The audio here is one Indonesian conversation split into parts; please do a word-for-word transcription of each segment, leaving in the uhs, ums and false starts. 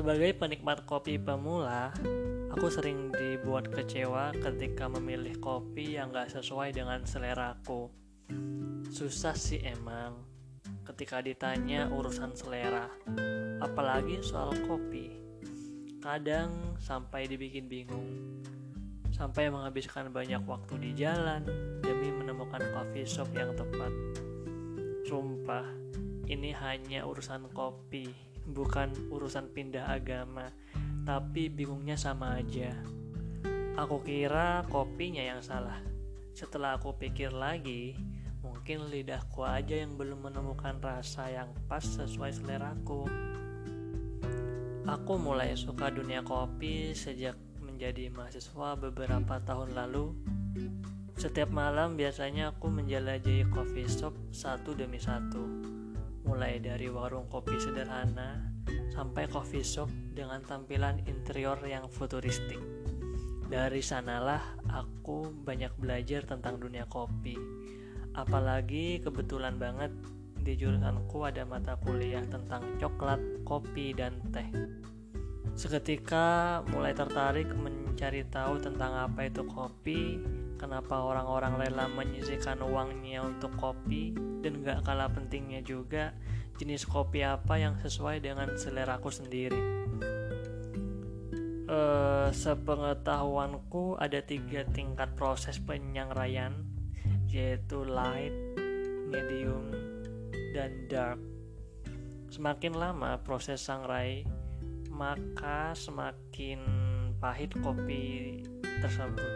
Sebagai penikmat kopi pemula, aku sering dibuat kecewa ketika memilih kopi yang gak sesuai dengan seleraku. Susah sih emang ketika ditanya urusan selera, apalagi soal kopi. Kadang sampai dibikin bingung, sampai menghabiskan banyak waktu di jalan demi menemukan coffee shop yang tepat. Sumpah, ini hanya urusan kopi, bukan urusan pindah agama, tapi bingungnya sama aja. Aku kira kopinya yang salah. Setelah aku pikir lagi, mungkin lidahku aja yang belum menemukan rasa yang pas sesuai seleraku. Aku mulai suka dunia kopi sejak menjadi mahasiswa beberapa tahun lalu. Setiap malam biasanya aku menjelajahi coffee shop satu demi satu, mulai dari warung kopi sederhana sampai coffee shop dengan tampilan interior yang futuristik. Dari sanalah aku banyak belajar tentang dunia kopi. Apalagi kebetulan banget di jurusanku ada mata kuliah tentang coklat, kopi, dan teh. Seketika mulai tertarik mencari tahu tentang apa itu kopi, kenapa orang-orang rela menyisihkan uangnya untuk kopi, dan gak kalah pentingnya juga jenis kopi apa yang sesuai dengan seleraku sendiri. E, sepengetahuanku ada tiga tingkat proses penyangraian, yaitu light, medium, dan dark. Semakin lama proses sangrai, maka semakin pahit kopi tersebut.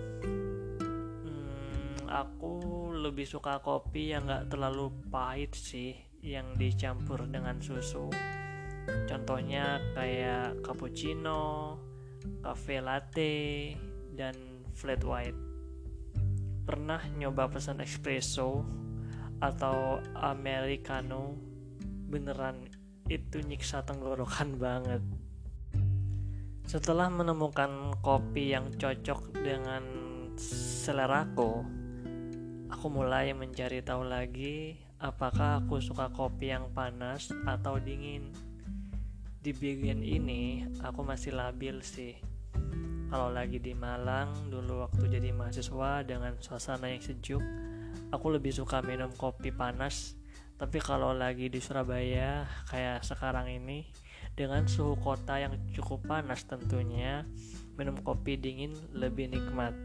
Hmm, aku lebih suka kopi yang gak terlalu pahit sih, yang dicampur dengan susu. Contohnya kayak cappuccino, cafe latte, dan flat white. Pernah nyoba pesan espresso atau americano, beneran itu nyiksa tenggorokan banget. Setelah menemukan kopi yang cocok dengan seleraku, aku mulai mencari tahu lagi apakah aku suka kopi yang panas atau dingin. Di bagian ini aku masih labil sih. Kalau lagi di Malang dulu waktu jadi mahasiswa dengan suasana yang sejuk, aku lebih suka minum kopi panas. Tapi kalau lagi di Surabaya kayak sekarang ini, dengan suhu kota yang cukup panas tentunya, minum kopi dingin lebih nikmat.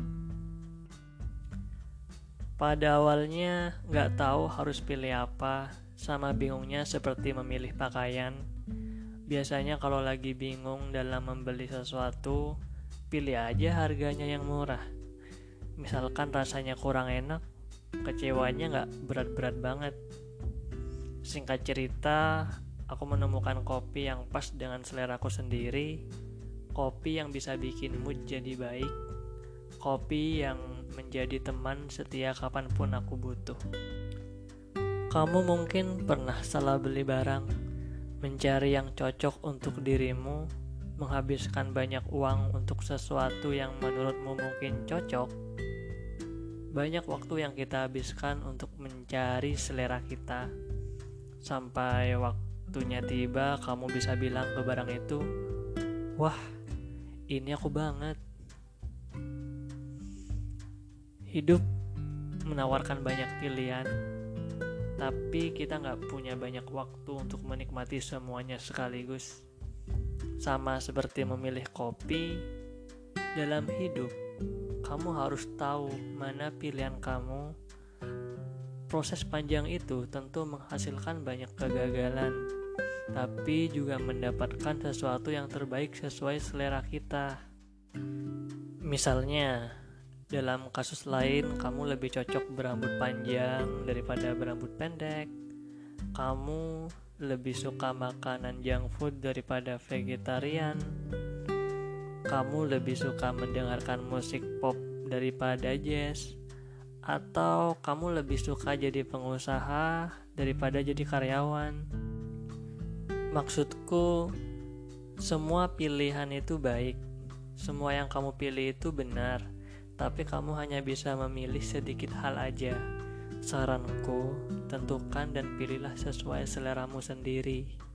Pada awalnya gak tahu harus pilih apa, sama bingungnya seperti memilih pakaian. Biasanya kalau lagi bingung dalam membeli sesuatu, pilih aja harganya yang murah. Misalkan rasanya kurang enak, kecewanya gak berat-berat banget. Singkat cerita, aku menemukan kopi yang pas dengan seleraku sendiri, kopi yang bisa bikin mood jadi baik, kopi yang menjadi teman setia kapanpun aku butuh. Kamu mungkin pernah salah beli barang, mencari yang cocok untuk dirimu, menghabiskan banyak uang untuk sesuatu yang menurutmu mungkin cocok. Banyak waktu yang kita habiskan untuk mencari selera kita, sampai waktunya tiba kamu bisa bilang ke barang itu, wah, ini aku banget. Hidup menawarkan banyak pilihan, tapi kita gak punya banyak waktu untuk menikmati semuanya sekaligus. Sama seperti memilih kopi, dalam hidup kamu harus tahu mana pilihan kamu. Proses panjang itu tentu menghasilkan banyak kegagalan, tapi juga mendapatkan sesuatu yang terbaik sesuai selera kita. Misalnya, dalam kasus lain kamu lebih cocok berambut panjang daripada berambut pendek. Kamu lebih suka makanan junk food daripada vegetarian. Kamu lebih suka mendengarkan musik pop daripada jazz. Atau kamu lebih suka jadi pengusaha daripada jadi karyawan. Maksudku, semua pilihan itu baik. Semua yang kamu pilih itu benar. Tapi kamu hanya bisa memilih sedikit hal aja. Saranku, tentukan dan pilihlah sesuai seleramu sendiri.